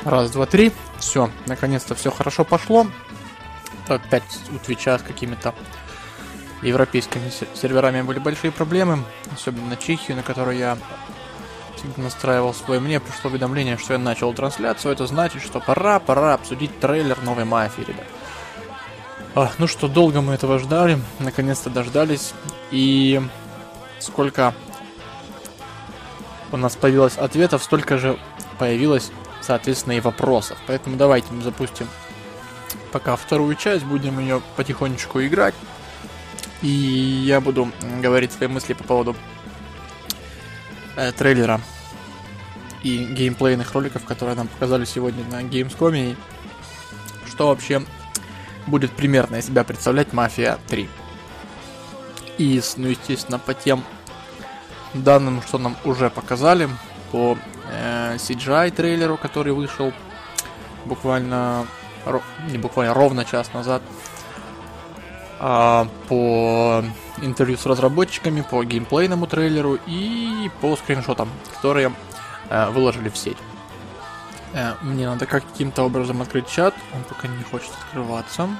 Раз, два, три. Все, наконец-то все хорошо пошло. Опять у Твича с какими-то европейскими серверами были большие проблемы. Особенно Чехию, на которой я настраивал свой. Мне пришло уведомление, что я начал трансляцию. Это значит, что пора обсудить трейлер новой Мафии, ребят. Ну что, долго мы этого ждали. Наконец-то дождались. И сколько у нас появилось ответов, столько же появилось, соответственно, и вопросов. Поэтому давайте мы запустим пока вторую часть, будем ее потихонечку играть. И я буду говорить свои мысли по поводу трейлера и геймплейных роликов, которые нам показали сегодня на Gamescom. И что вообще будет примерно из себя представлять Мафия 3. И, ну, естественно, по тем данным, что нам уже показали, по CGI трейлеру, который вышел буквально ровно час назад, по интервью с разработчиками, по геймплейному трейлеру и по скриншотам, которые выложили в сеть. Мне надо каким-то образом открыть чат, он пока не хочет открываться.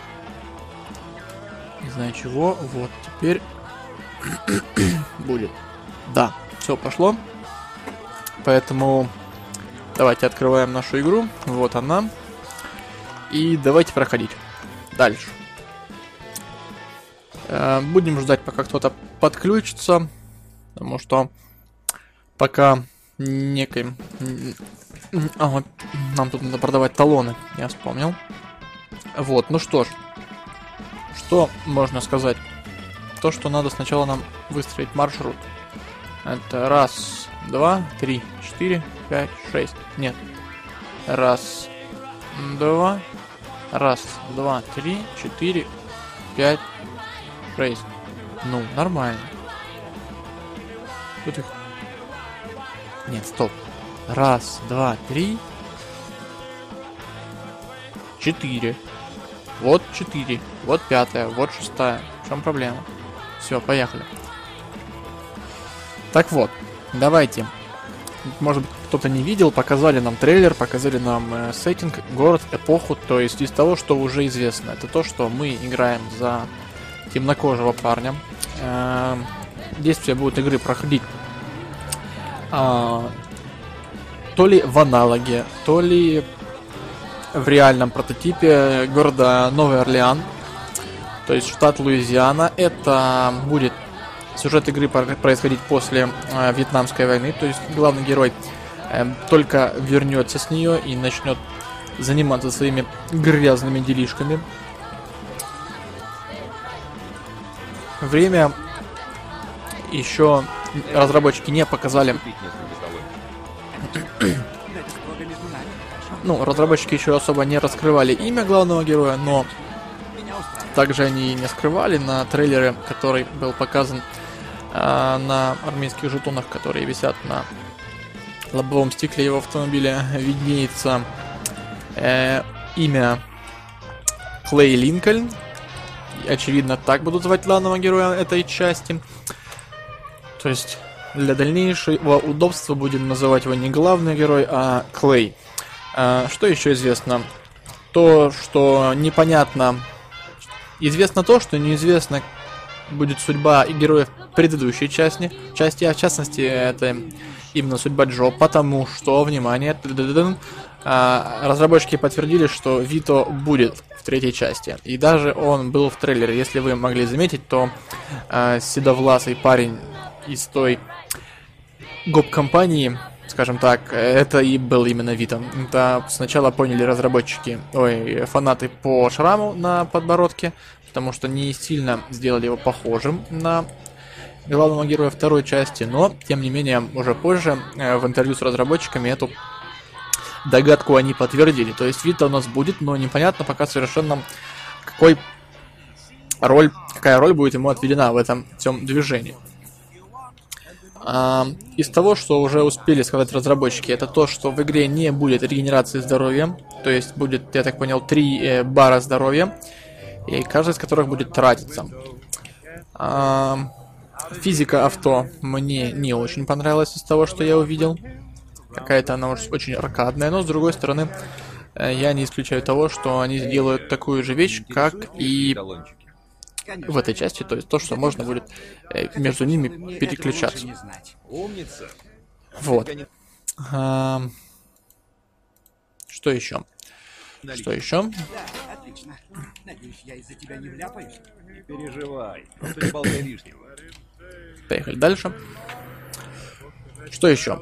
Не знаю чего, вот теперь будет. Да, все пошло. Поэтому давайте открываем нашу игру. Вот она. И давайте проходить дальше. Будем ждать, пока кто-то подключится. Потому что пока неким... нам тут надо продавать талоны. Я вспомнил. Вот, ну что ж. Что можно сказать? То, что надо сначала нам выстроить маршрут. Это раз, два, три, 4, 5, 6. Нет. Раз, два, 3, 4, 5, 6. Ну, нормально. Тут их... Нет, стоп. Раз, два, 3, 4. Вот 4. Вот 5. Вот 6. В чем проблема? Все, поехали. Так вот, давайте. Может быть, кто-то не видел, показали нам трейлер, показали нам сеттинг, город, эпоху, то есть из того, что уже известно. Это то, что мы играем за темнокожего парня. Действие будет игры проходить то ли в аналоге, то ли в реальном прототипе города Новый Орлеан, то есть штат Луизиана. Это будет сюжет игры происходить после Вьетнамской войны, то есть главный герой только вернется с нее и начнет заниматься своими грязными делишками. Время еще разработчики не показали. Ну, разработчики еще особо не раскрывали имя главного героя, но также они не скрывали на трейлере, который был показан на армейских жетонах, которые висят на лобовом стекле его автомобиля, виднеется имя Клей Линкольн. Очевидно, так будут звать главного героя этой части. То есть для дальнейшего удобства будем называть его не главный герой, а Клей. Что еще известно? То, что непонятно. Известно то, что неизвестно будет судьба и героев предыдущей части, а в частности это именно судьба Джо, потому что, внимание, разработчики подтвердили, что Вито будет в третьей части, и даже он был в трейлере. Если вы могли заметить, то седовласый парень из той гоп-компании, скажем так, это и был именно Вито. Это сначала поняли разработчики, фанаты по шраму на подбородке, потому что не сильно сделали его похожим на главного героя второй части, но, тем не менее, уже позже в интервью с разработчиками эту догадку они подтвердили. То есть Вито у нас будет, но непонятно пока совершенно какая роль будет ему отведена в этом всем движении. Из того, что уже успели сказать разработчики, это то, что в игре не будет регенерации здоровья, то есть будет, я так понял, 3 бара здоровья, и каждый из которых будет тратиться. Физика авто мне не очень понравилась из того, что я увидел. какая-то она уж очень аркадная, но с другой стороны, я не исключаю того, что они сделают такую же вещь, как и в этой части, то есть то, что можно будет между ними переключаться. Вот. Что еще? Что еще? Отлично. Надеюсь, я из-за тебя не вляпаюсь. Не переживай, просто не болтай лишнего. Поехали дальше. Что еще?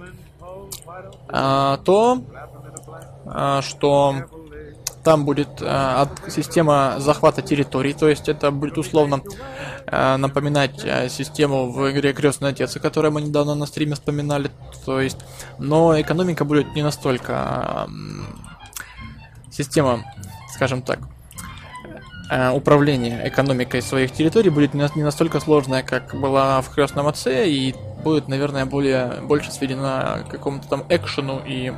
Что там будет система захвата территорий, то есть это будет условно напоминать систему в игре Крестный Отец, о которой мы недавно на стриме вспоминали, то есть, но экономика будет не настолько система, скажем так, управления экономикой своих территорий будет не настолько сложная, как была в Крестном Отце, и будет, наверное, больше сведена к какому-то там экшену и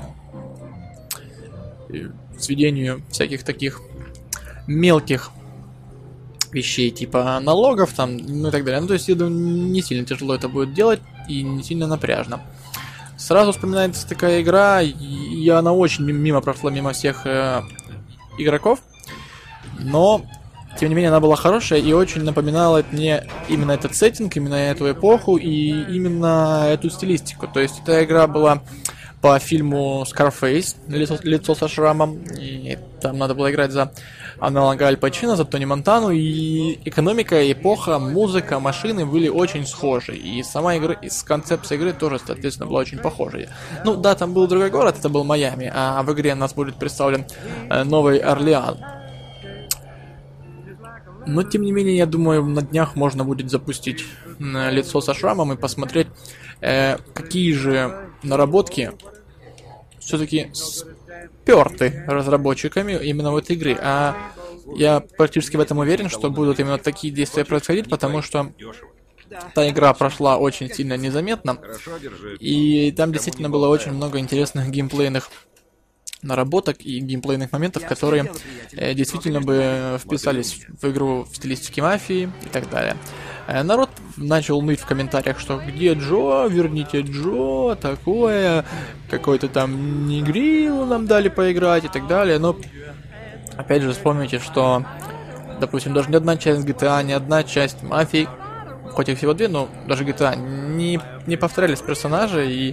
сведению всяких таких мелких вещей, типа налогов там, ну и так далее. Ну, то есть, я думаю, не сильно тяжело это будет делать и не сильно напряжно. Сразу вспоминается такая игра, и она очень мимо прошла, мимо всех игроков, но тем не менее она была хорошая и очень напоминала мне именно этот сеттинг, именно эту эпоху и именно эту стилистику. То есть эта игра была по фильму Scarface, лицо со шрамом, и там надо было играть за аналога Аль Пачино, за Тони Монтану, и экономика, эпоха, музыка, машины были очень схожи, и сама игра, и концепция игры тоже, соответственно, была очень похожей. Ну да, там был другой город, это был Майами, а в игре у нас будет представлен Новый Орлеан. Но, тем не менее, я думаю, на днях можно будет запустить лицо со шрамом и посмотреть, какие же наработки все-таки сперты разработчиками именно в этой игре. А я практически в этом уверен, что будут именно такие действия происходить, потому что та игра прошла очень сильно незаметно, и там действительно было очень много интересных геймплейных наработок и геймплейных моментов, которые действительно бы вписались в игру в стилистике мафии и так далее. Народ начал ныть в комментариях, что где Джо, верните Джо, такое, какой-то там Нигрил нам дали поиграть и так далее, но опять же вспомните, что, допустим, даже ни одна часть GTA, ни одна часть мафии, хоть их всего две, но даже GTA не повторялись персонажи и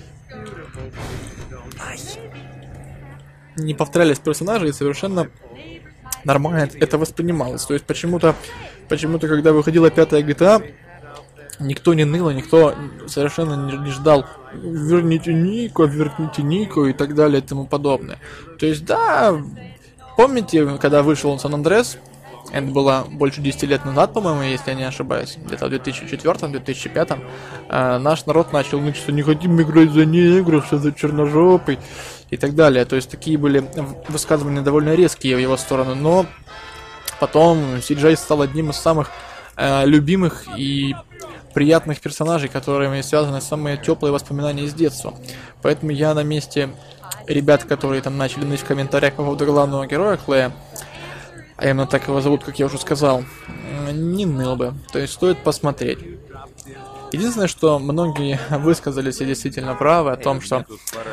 совершенно нормально это воспринималось. То есть почему-то, когда выходила пятая GTA, никто не ныл, никто совершенно не ждал верните Нико и так далее и тому подобное. То есть да, помните, когда вышел Сан Андреас, это было больше 10 лет назад, по-моему, если я не ошибаюсь, где-то в 2004-2005, наш народ начал ныть, что не хотим играть за негров, что за черножопый и так далее. То есть такие были высказывания довольно резкие в его сторону, но потом CJ стал одним из самых любимых и приятных персонажей, которыми связаны самые теплые воспоминания из детства. Поэтому я на месте ребят, которые там начали ныть в комментариях по поводу главного героя Клея, а именно так его зовут, как я уже сказал, не ныл бы. То есть стоит посмотреть. Единственное, что многие высказались и действительно правы о том, что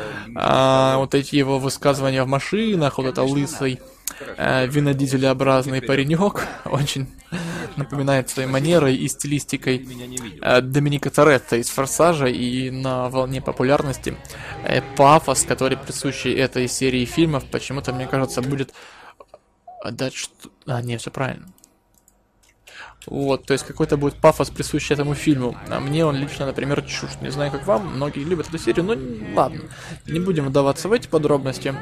вот эти его высказывания в машинах, вот это лысый винодизелеобразный паренек очень напоминает своей манерой и стилистикой Доминика Торетто из «Форсажа», и на волне популярности пафос, который присущий этой серии фильмов, почему-то, мне кажется, будет отдать что... не, все правильно. Вот, то есть какой-то будет пафос, присущий этому фильму. А мне он лично, например, чушь. Не знаю, как вам, многие любят эту серию, но ладно. Не будем вдаваться в эти подробности.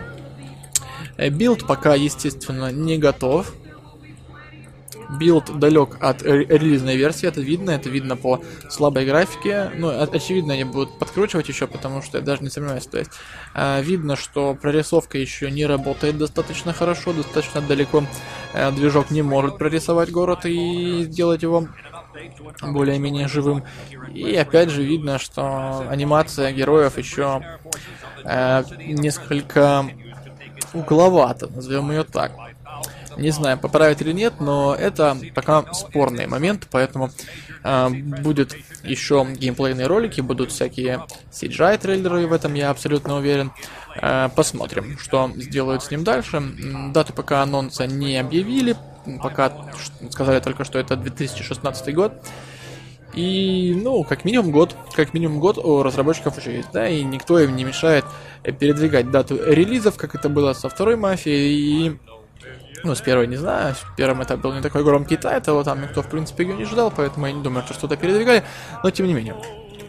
Билд пока, естественно, не готов. Билд далек от релизной версии, это видно по слабой графике. Ну, очевидно, они будут подкручивать еще, потому что я даже не сомневаюсь. То есть, видно, что прорисовка еще не работает достаточно хорошо, достаточно далеко. Движок не может прорисовать город и сделать его более-менее живым. И опять же видно, что анимация героев еще несколько угловата, назовем ее так. Не знаю, поправить или нет, но это пока спорный момент, поэтому будет еще геймплейные ролики, будут всякие CGI-трейлеры, в этом я абсолютно уверен. Посмотрим, что сделают с ним дальше. Дату пока анонса не объявили, пока сказали только, что это 2016 год. И, ну, как минимум год у разработчиков еще есть, да, и никто им не мешает передвигать дату релизов, как это было со второй мафией, и, ну, с первой не знаю, с первым это был не такой громкий тайтл, там никто, в принципе, ее не ждал, поэтому я не думаю, что что-то передвигали, но тем не менее.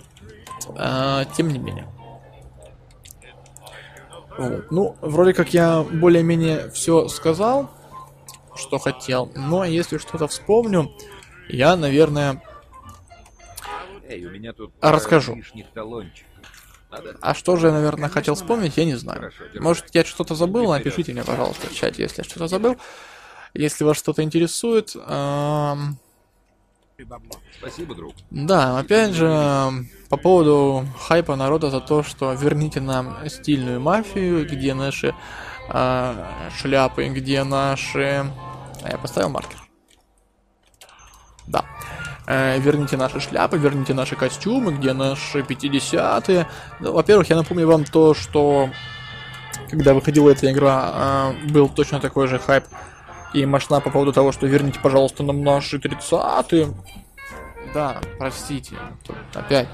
Вот. Ну, вроде как я более-менее все сказал, что хотел, но если что-то вспомню, я, наверное... Эй, у меня тут расскажу. лишних талончиков. Надо? А что же я, наверное, хотел вспомнить, я не знаю. Хорошо, Может, я что-то забыл, напишите мне, пожалуйста, в чате, если я что-то забыл. Если вас что-то интересует. Спасибо, друг. Да, опять же, по поводу хайпа народа за то, что верните нам стильную мафию, где наши шляпы, где наши... Я поставил маркер. Да. Верните наши шляпы, верните наши костюмы, где наши 50-е. Ну, во-первых, я напомню вам то, что когда выходила эта игра, был точно такой же хайп и машина по поводу того, что верните, пожалуйста, нам наши 30-е. Да, простите, тут опять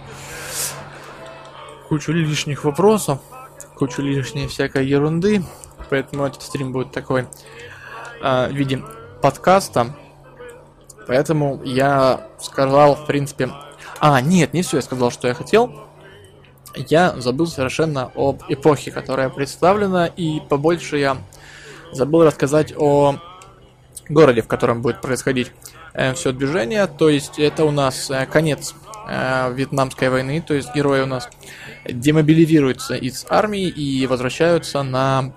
кучу лишних вопросов, кучу лишней всякой ерунды, поэтому этот стрим будет такой в виде подкаста. Поэтому я сказал, в принципе... нет, не все я сказал, что я хотел. Я забыл совершенно об эпохе, которая представлена, и побольше я забыл рассказать о городе, в котором будет происходить все движение. То есть это у нас конец Вьетнамской войны, то есть герои у нас демобилизируются из армии и возвращаются на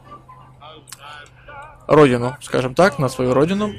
родину, скажем так, на свою родину.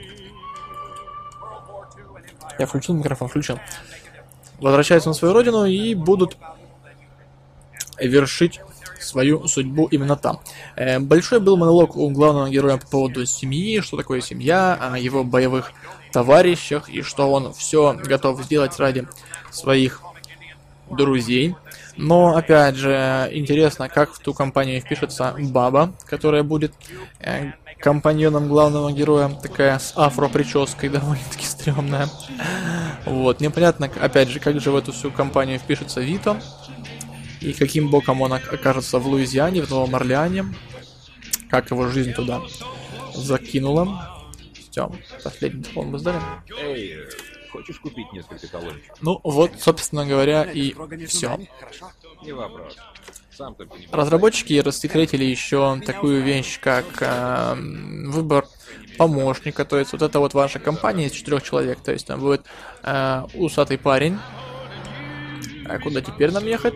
Я включил микрофон, включил. Возвращаются на свою родину и будут вершить свою судьбу именно там. Большой был монолог у главного героя по поводу семьи, что такое семья, о его боевых товарищах, и что он все готов сделать ради своих друзей. Но, опять же, интересно, как в ту компанию впишется Баба, которая будет компаньоном главного героя, такая с афро-прической, довольно-таки стрёмная. Вот, непонятно, опять же, как же в эту всю компанию впишется Вито, и каким боком он окажется в Луизиане, в Новом Орлеане, как его жизнь туда закинула. Стём, последний талон мы сдали. Эй, хочешь купить несколько талончиков? Ну, вот, собственно говоря, и все. Не вопрос. Сам только не... Разработчики рассекретили еще такую вещь, как выбор помощника, то есть вот это вот ваша компания из 4 человек, то есть там будет усатый парень. А куда теперь нам ехать?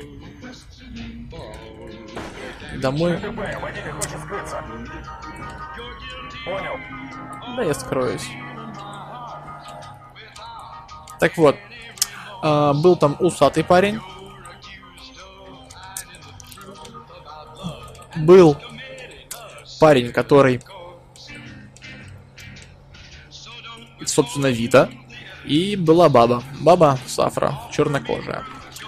Домой. Да, я скроюсь. Так вот, был там усатый парень. Был парень, который, собственно, Вита. И была Баба. Баба Сафра, чернокожая.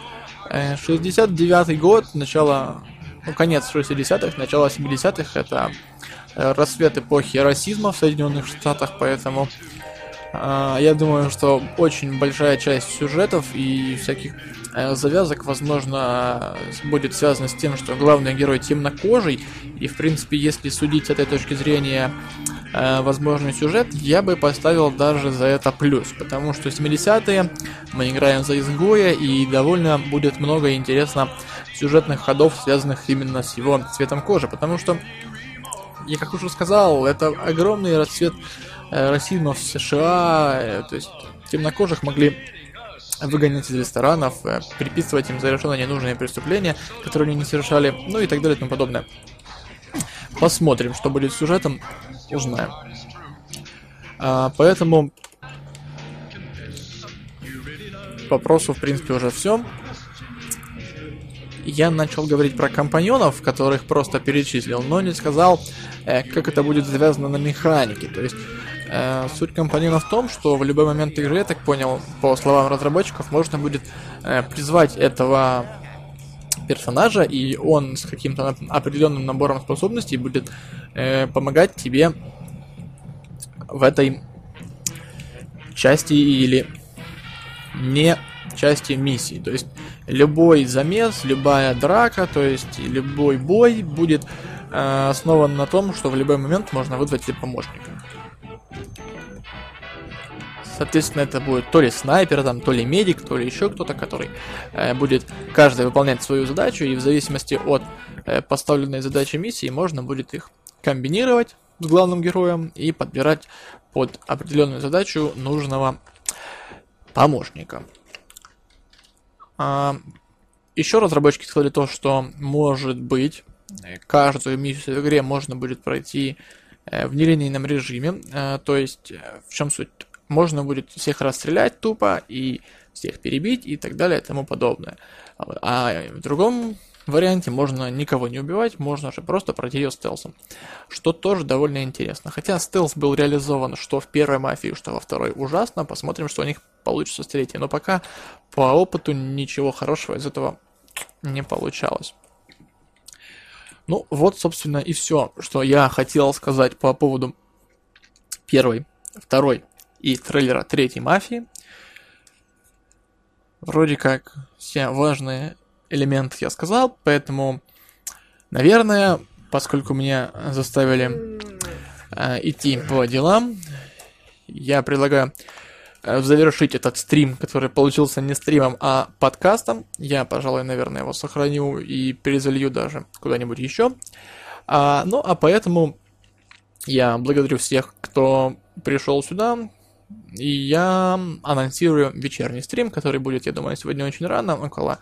69-й год, начало... Ну, конец 60-х, начало 70-х. Это расцвет эпохи расизма в Соединенных Штатах, поэтому... я думаю, что очень большая часть сюжетов и всяких завязок, возможно, будет связана с тем, что главный герой темнокожий, и, в принципе, если судить с этой точки зрения возможный сюжет, я бы поставил даже за это плюс, потому что 70-е мы играем за изгоя, и довольно будет много интересно сюжетных ходов, связанных именно с его цветом кожи, потому что, я как уже сказал, это огромный расцвет расизма в США, то есть темнокожих могли выгонять из ресторанов, приписывать им совершенно ненужные преступления, которые они не совершали, ну и так далее и тому подобное. Посмотрим, что будет с сюжетом, узнаем. Поэтому по вопросу, в принципе, уже все. Я начал говорить про компаньонов, которых просто перечислил, но не сказал, как это будет завязано на механике. То есть Суть компаньона в том, что в любой момент игры, я так понял, по словам разработчиков, можно будет призвать этого персонажа, и он с каким-то определенным набором способностей будет помогать тебе в этой части или не части миссии. То есть любой замес, любая драка, то есть любой бой будет основан на том, что в любой момент можно вызвать себе помощника. Соответственно, это будет то ли снайпер, там, то ли медик, то ли еще кто-то, который будет каждый выполнять свою задачу, и в зависимости от поставленной задачи миссии можно будет их комбинировать с главным героем и подбирать под определенную задачу нужного помощника. Еще разработчики сказали то, что, может быть, каждую миссию в игре можно будет пройти в нелинейном режиме. То есть, в чем суть? Можно будет всех расстрелять тупо и всех перебить и так далее и тому подобное. А в другом варианте можно никого не убивать, можно же просто пройти ее стелсом. Что тоже довольно интересно. Хотя стелс был реализован что в первой мафии, что во второй ужасно. Посмотрим, что у них получится с третьей. Но пока по опыту ничего хорошего из этого не получалось. Ну вот, собственно, и все, что я хотел сказать по поводу первой, второй и трейлера третьей мафии. Вроде как все важные элементы я сказал, поэтому, наверное, поскольку меня заставили идти по делам, я предлагаю завершить этот стрим, который получился не стримом, а подкастом. Я, пожалуй, наверное, его сохраню и перезалью даже куда-нибудь еще. Ну, а поэтому я благодарю всех, кто пришел сюда. И я анонсирую вечерний стрим, который будет, я думаю, сегодня очень рано, около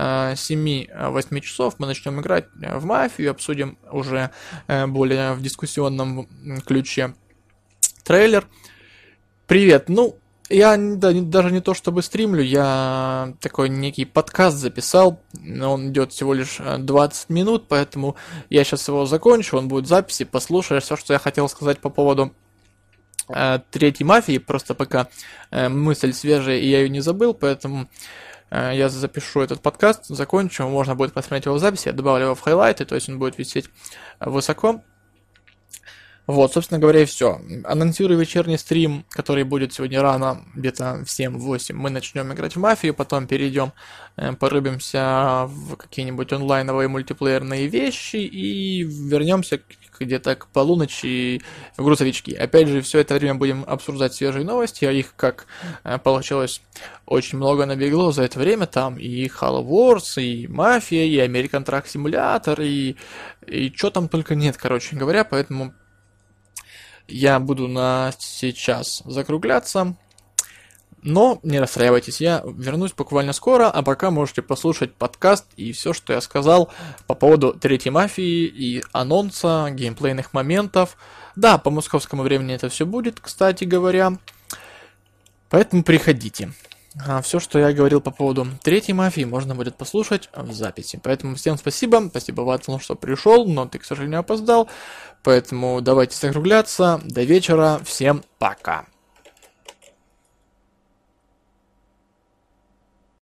7-8 часов. Мы начнем играть в мафию, обсудим уже более в дискуссионном ключе трейлер. Привет, ну, я даже не то чтобы стримлю, я такой некий подкаст записал, он идет всего лишь 20 минут, поэтому я сейчас его закончу, он будет в записи, послушаешь все, что я хотел сказать по поводу третьей мафии, просто пока мысль свежая, и я ее не забыл, поэтому я запишу этот подкаст, закончу, можно будет посмотреть его в записи, я добавлю его в хайлайты, то есть он будет висеть высоко. Вот, собственно говоря, и все. Анонсирую вечерний стрим, который будет сегодня рано, где-то в 7-8. Мы начнем играть в мафию, потом перейдем, порыбимся в какие-нибудь онлайновые мультиплеерные вещи и вернемся где-то к полуночи в грузовички. Опять же, все это время будем обсуждать свежие новости, а их, как получилось, очень много набегло за это время. Там и Halo Wars, и Мафия, и American Truck Simulator, и что там только нет, короче говоря, поэтому я буду на сейчас закругляться, но не расстраивайтесь, я вернусь буквально скоро, а пока можете послушать подкаст и все, что я сказал по поводу третьей мафии и анонса, геймплейных моментов. Да, по московскому времени это все будет, кстати говоря, поэтому приходите. Все, что я говорил по поводу третьей мафии, можно будет послушать в записи. Поэтому всем спасибо, Ватсон, что пришел, но ты, к сожалению, опоздал. Поэтому давайте закругляться. До вечера. Всем пока.